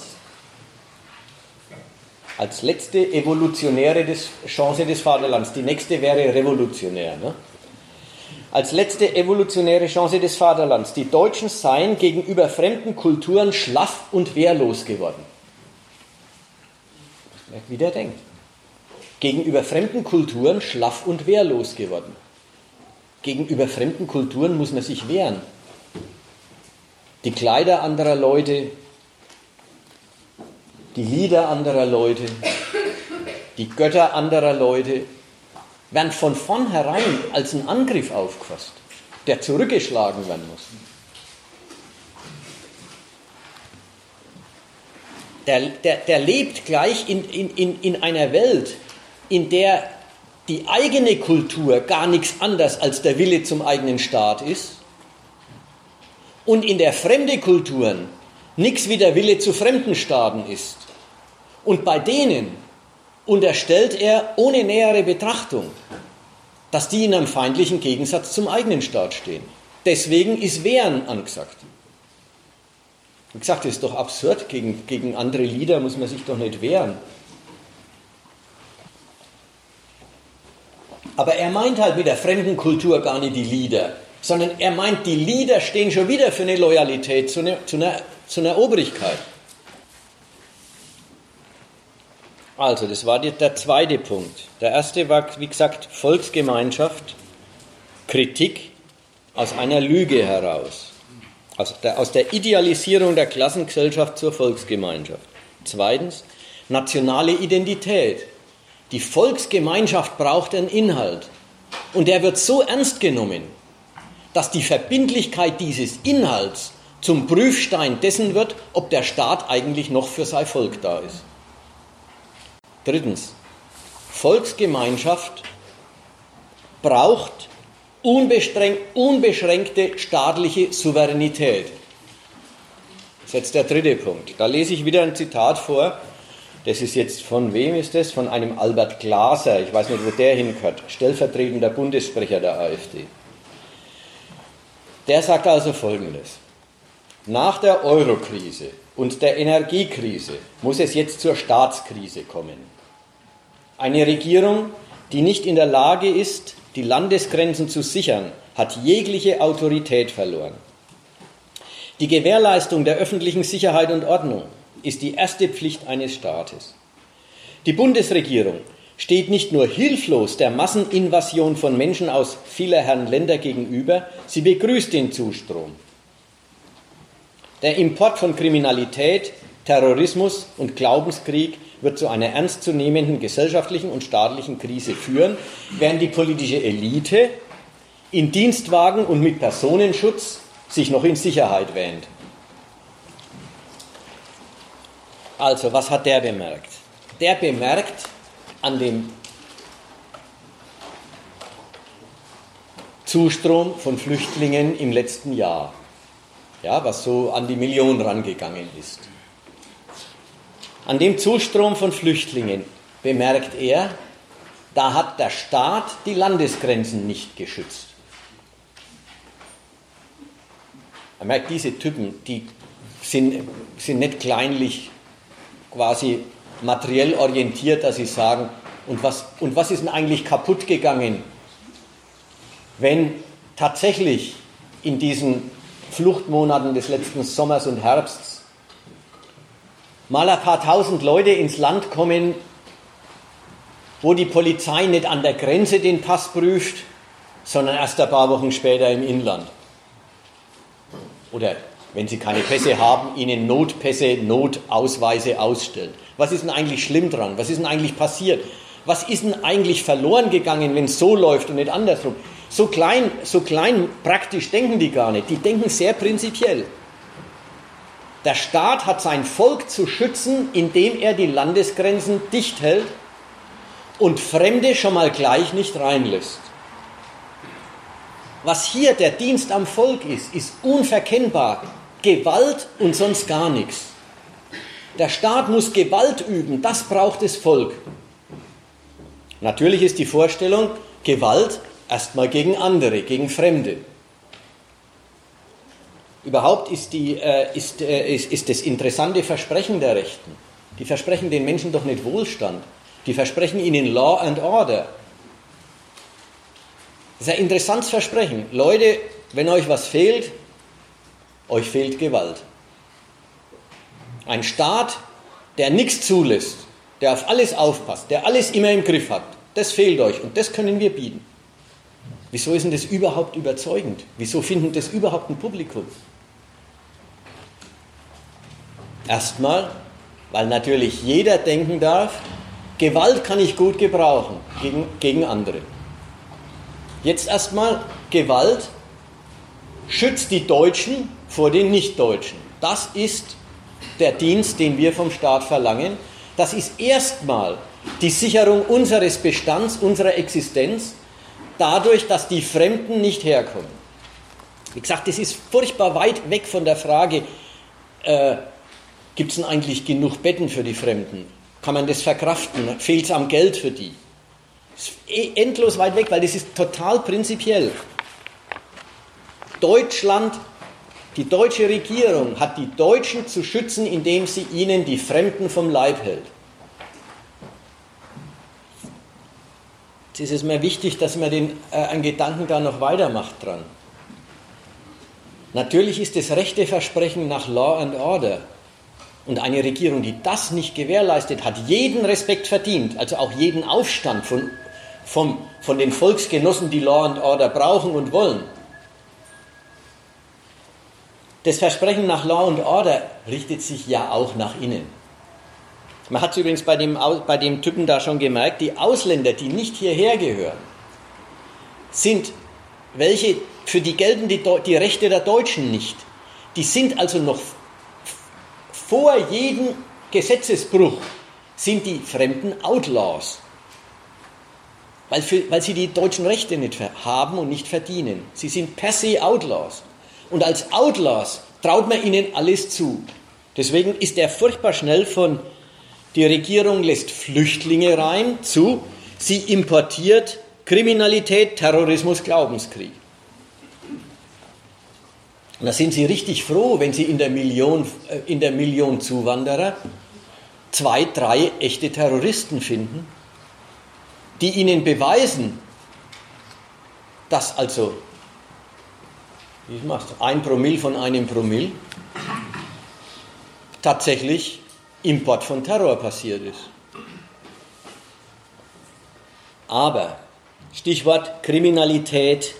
Als letzte evolutionäre Chance des Vaterlands. Die nächste wäre revolutionär. Ne? Als letzte evolutionäre Chance des Vaterlands. Die Deutschen seien gegenüber fremden Kulturen schlaff und wehrlos geworden. Wie der denkt. Gegenüber fremden Kulturen schlaff und wehrlos geworden. Gegenüber fremden Kulturen muss man sich wehren. Die Kleider anderer Leute, die Lieder anderer Leute, die Götter anderer Leute werden von vornherein als ein Angriff aufgefasst, der zurückgeschlagen werden muss. Der lebt gleich in einer Welt, in der die eigene Kultur gar nichts anderes als der Wille zum eigenen Staat ist und in der fremde Kulturen nichts wie der Wille zu fremden Staaten ist. Und bei denen unterstellt er ohne nähere Betrachtung, dass die in einem feindlichen Gegensatz zum eigenen Staat stehen. Deswegen ist Wehren angesagt. Wie gesagt, das ist doch absurd. Gegen andere Lieder muss man sich doch nicht wehren. Aber er meint halt mit der fremden Kultur gar nicht die Lieder, sondern er meint, die Lieder stehen schon wieder für eine Loyalität zu einer Obrigkeit. Also, das war der zweite Punkt. Der erste war, wie gesagt, Volksgemeinschaft, Kritik aus einer Lüge heraus. Aus der Idealisierung der Klassengesellschaft zur Volksgemeinschaft. Zweitens, nationale Identität. Die Volksgemeinschaft braucht einen Inhalt. Und der wird so ernst genommen, dass die Verbindlichkeit dieses Inhalts zum Prüfstein dessen wird, ob der Staat eigentlich noch für sein Volk da ist. Drittens, Volksgemeinschaft braucht unbeschränkte staatliche Souveränität. Das ist jetzt der dritte Punkt. Da lese ich wieder ein Zitat vor. Das ist jetzt, von wem ist das? Von einem Albert Glaser. Ich weiß nicht, wo der hingehört. Stellvertretender Bundessprecher der AfD. Der sagt also Folgendes. Nach der Eurokrise und der Energiekrise muss es jetzt zur Staatskrise kommen. Eine Regierung, die nicht in der Lage ist, die Landesgrenzen zu sichern, hat jegliche Autorität verloren. Die Gewährleistung der öffentlichen Sicherheit und Ordnung ist die erste Pflicht eines Staates. Die Bundesregierung steht nicht nur hilflos der Masseninvasion von Menschen aus vielerlei Länder gegenüber, sie begrüßt den Zustrom. Der Import von Kriminalität, Terrorismus und Glaubenskrieg wird zu einer ernstzunehmenden gesellschaftlichen und staatlichen Krise führen, während die politische Elite in Dienstwagen und mit Personenschutz sich noch in Sicherheit wähnt. Also, was hat der bemerkt? Der bemerkt an dem Zustrom von Flüchtlingen im letzten Jahr, ja, was so an die Million rangegangen ist. An dem Zustrom von Flüchtlingen bemerkt er, da hat der Staat die Landesgrenzen nicht geschützt. Er merkt, diese Typen, die sind nicht kleinlich quasi materiell orientiert, dass sie sagen, und was ist denn eigentlich kaputt gegangen, wenn tatsächlich in diesen Fluchtmonaten des letzten Sommers und Herbsts mal ein paar tausend Leute ins Land kommen, wo die Polizei nicht an der Grenze den Pass prüft, sondern erst ein paar Wochen später im Inland. Oder wenn sie keine Pässe haben, ihnen Notpässe, Notausweise ausstellt. Was ist denn eigentlich schlimm dran? Was ist denn eigentlich passiert? Was ist denn eigentlich verloren gegangen, wenn es so läuft und nicht andersrum? So klein praktisch denken die gar nicht. Die denken sehr prinzipiell. Der Staat hat sein Volk zu schützen, indem er die Landesgrenzen dicht hält und Fremde schon mal gleich nicht reinlässt. Was hier der Dienst am Volk ist unverkennbar Gewalt und sonst gar nichts. Der Staat muss Gewalt üben, das braucht das Volk. Natürlich ist die Vorstellung, Gewalt erstmal gegen andere, gegen Fremde. Überhaupt ist das interessante Versprechen der Rechten. Die versprechen den Menschen doch nicht Wohlstand. Die versprechen ihnen Law and Order. Das ist ein interessantes Versprechen. Leute, wenn euch was fehlt, euch fehlt Gewalt. Ein Staat, der nichts zulässt, der auf alles aufpasst, der alles immer im Griff hat, das fehlt euch und das können wir bieten. Wieso ist denn das überhaupt überzeugend? Wieso finden das überhaupt ein Publikum? Erstmal, weil natürlich jeder denken darf, Gewalt kann ich gut gebrauchen gegen andere. Jetzt erstmal, Gewalt schützt die Deutschen vor den Nichtdeutschen. Das ist der Dienst, den wir vom Staat verlangen. Das ist erstmal die Sicherung unseres Bestands, unserer Existenz, dadurch, dass die Fremden nicht herkommen. Wie gesagt, das ist furchtbar weit weg von der Frage, gibt es denn eigentlich genug Betten für die Fremden? Kann man das verkraften? Fehlt es am Geld für die? Das ist endlos weit weg, weil das ist total prinzipiell. Deutschland, die deutsche Regierung hat die Deutschen zu schützen, indem sie ihnen die Fremden vom Leib hält. Jetzt ist es mir wichtig, dass man einen Gedanken da noch weitermacht dran. Natürlich ist das rechte Versprechen nach Law and Order. Und eine Regierung, die das nicht gewährleistet, hat jeden Respekt verdient, also auch jeden Aufstand von den Volksgenossen, die Law and Order brauchen und wollen. Das Versprechen nach Law and Order richtet sich ja auch nach innen. Man hat es übrigens bei dem Typen da schon gemerkt, die Ausländer, die nicht hierher gehören, sind welche, für die gelten die Rechte der Deutschen nicht. Die sind also noch vor jedem Gesetzesbruch, sind die Fremden Outlaws. Weil sie die deutschen Rechte nicht haben und nicht verdienen. Sie sind per se Outlaws. Und als Outlaws traut man ihnen alles zu. Deswegen ist er furchtbar schnell die Regierung lässt Flüchtlinge rein zu, sie importiert Kriminalität, Terrorismus, Glaubenskrieg. Und da sind sie richtig froh, wenn sie in der Million Zuwanderer 2, 3 echte Terroristen finden, die ihnen beweisen, dass also 1 Promille von einem Promille tatsächlich Import von Terror passiert ist. Aber, Stichwort Kriminalität,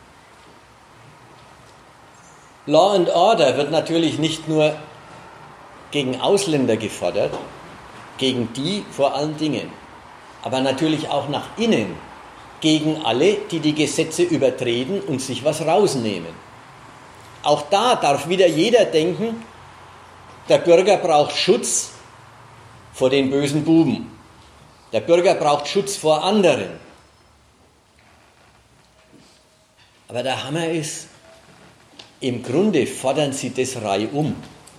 Law and Order wird natürlich nicht nur gegen Ausländer gefordert, gegen die vor allen Dingen, aber natürlich auch nach innen, gegen alle, die die Gesetze übertreten und sich was rausnehmen. Auch da darf wieder jeder denken, der Bürger braucht Schutz vor den bösen Buben. Der Bürger braucht Schutz vor anderen. Aber der Hammer ist, im Grunde fordern sie das reihum.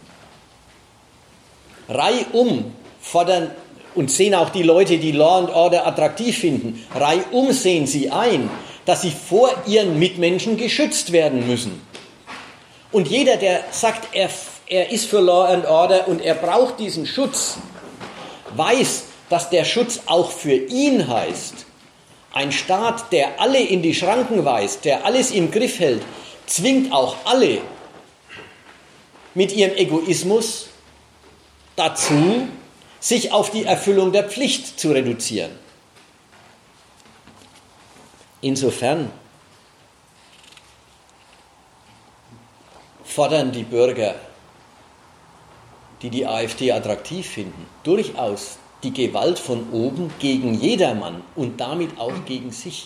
Reihum fordern und sehen auch die Leute, die Law and Order attraktiv finden, reihum sehen sie ein, dass sie vor ihren Mitmenschen geschützt werden müssen. Und jeder, der sagt, er ist für Law and Order und er braucht diesen Schutz, weiß, dass der Schutz auch für ihn heißt. Ein Staat, der alle in die Schranken weist, der alles im Griff hält, zwingt auch alle mit ihrem Egoismus dazu, sich auf die Erfüllung der Pflicht zu reduzieren. Insofern fordern die Bürger, die die AfD attraktiv finden, durchaus die Gewalt von oben gegen jedermann und damit auch gegen sich.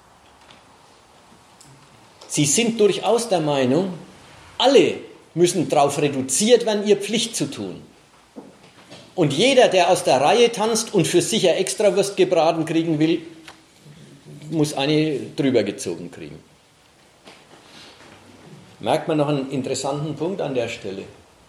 Sie sind durchaus der Meinung, alle müssen darauf reduziert werden, ihre Pflicht zu tun. Und jeder, der aus der Reihe tanzt und für sich eine Extrawurst gebraten kriegen will, muss eine drüber gezogen kriegen. Merkt man noch einen interessanten Punkt an der Stelle.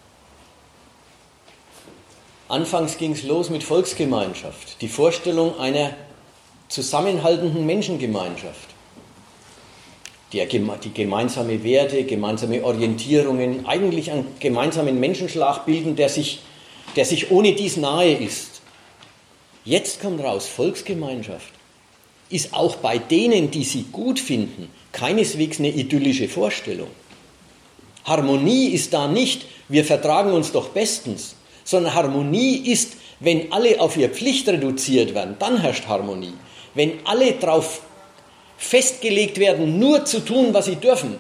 Anfangs ging es los mit Volksgemeinschaft, die Vorstellung einer zusammenhaltenden Menschengemeinschaft, die gemeinsame Werte, gemeinsame Orientierungen, eigentlich einen gemeinsamen Menschenschlag bilden, der sich ohne dies nahe ist. Jetzt kommt raus, Volksgemeinschaft ist auch bei denen, die sie gut finden, keineswegs eine idyllische Vorstellung. Harmonie ist da nicht, wir vertragen uns doch bestens, sondern Harmonie ist, wenn alle auf ihre Pflicht reduziert werden, dann herrscht Harmonie. Wenn alle darauf festgelegt werden, nur zu tun, was sie dürfen.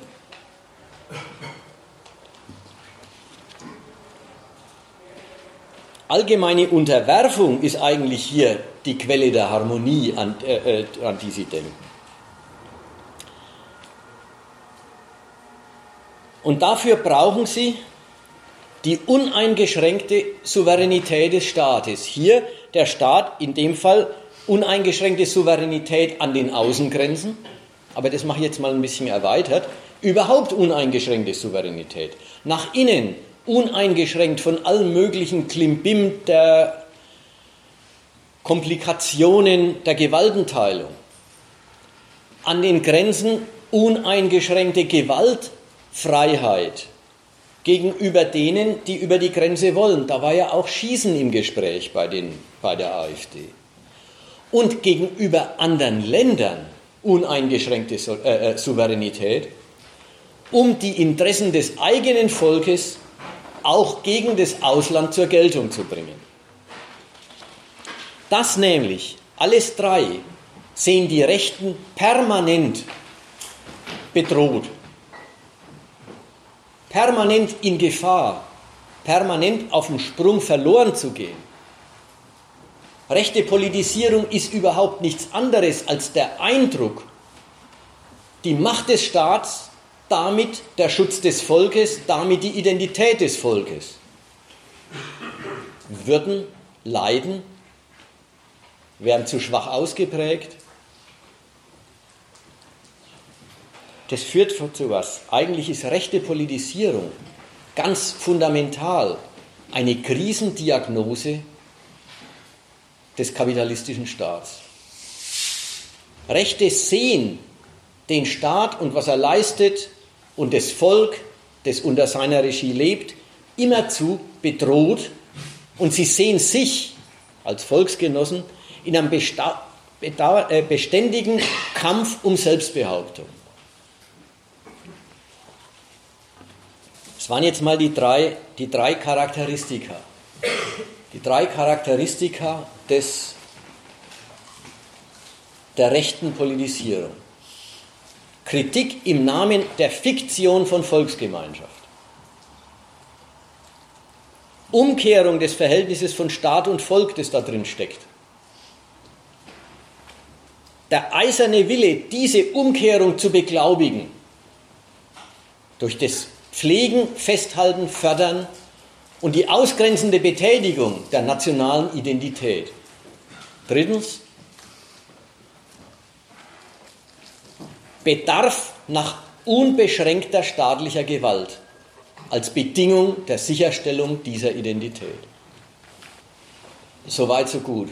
Allgemeine Unterwerfung ist eigentlich hier die Quelle der Harmonie, an die sie denken. Und dafür brauchen sie die uneingeschränkte Souveränität des Staates. Hier der Staat, in dem Fall uneingeschränkte Souveränität an den Außengrenzen, aber das mache ich jetzt mal ein bisschen erweitert, überhaupt uneingeschränkte Souveränität. Nach innen uneingeschränkt von allen möglichen Klimbim der Komplikationen der Gewaltenteilung. An den Grenzen uneingeschränkte Gewaltfreiheit gegenüber denen, die über die Grenze wollen. Da war ja auch Schießen im Gespräch bei der AfD. Und gegenüber anderen Ländern uneingeschränkte Souveränität, um die Interessen des eigenen Volkes auch gegen das Ausland zur Geltung zu bringen. Das nämlich, alles drei, sehen die Rechten permanent bedroht, permanent in Gefahr, permanent auf dem Sprung verloren zu gehen. Rechte Politisierung ist überhaupt nichts anderes als der Eindruck, die Macht des Staats, damit der Schutz des Volkes, damit die Identität des Volkes, würden leiden, werden zu schwach ausgeprägt. Das führt zu was? Eigentlich ist rechte Politisierung ganz fundamental eine Krisendiagnose des kapitalistischen Staats. Rechte sehen den Staat und was er leistet und das Volk, das unter seiner Regie lebt, immerzu bedroht, und sie sehen sich als Volksgenossen in einem beständigen Kampf um Selbstbehauptung. Das waren jetzt mal die drei Charakteristika. Die drei Charakteristika der rechten Politisierung. Kritik im Namen der Fiktion von Volksgemeinschaft. Umkehrung des Verhältnisses von Staat und Volk, das da drin steckt. Der eiserne Wille, diese Umkehrung zu beglaubigen, durch das Pflegen, Festhalten, Fördern und die ausgrenzende Betätigung der nationalen Identität. Drittens, Bedarf nach unbeschränkter staatlicher Gewalt als Bedingung der Sicherstellung dieser Identität. Soweit, so gut.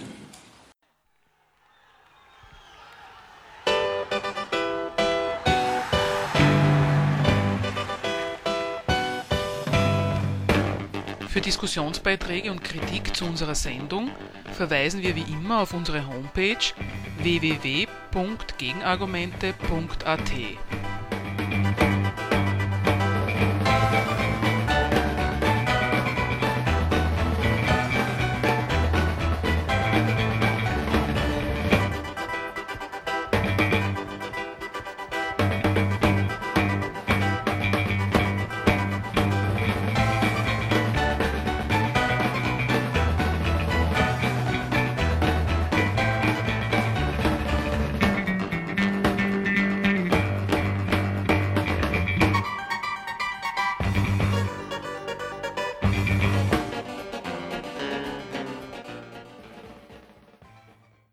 Für Diskussionsbeiträge und Kritik zu unserer Sendung verweisen wir wie immer auf unsere Homepage www.gegenargumente.at.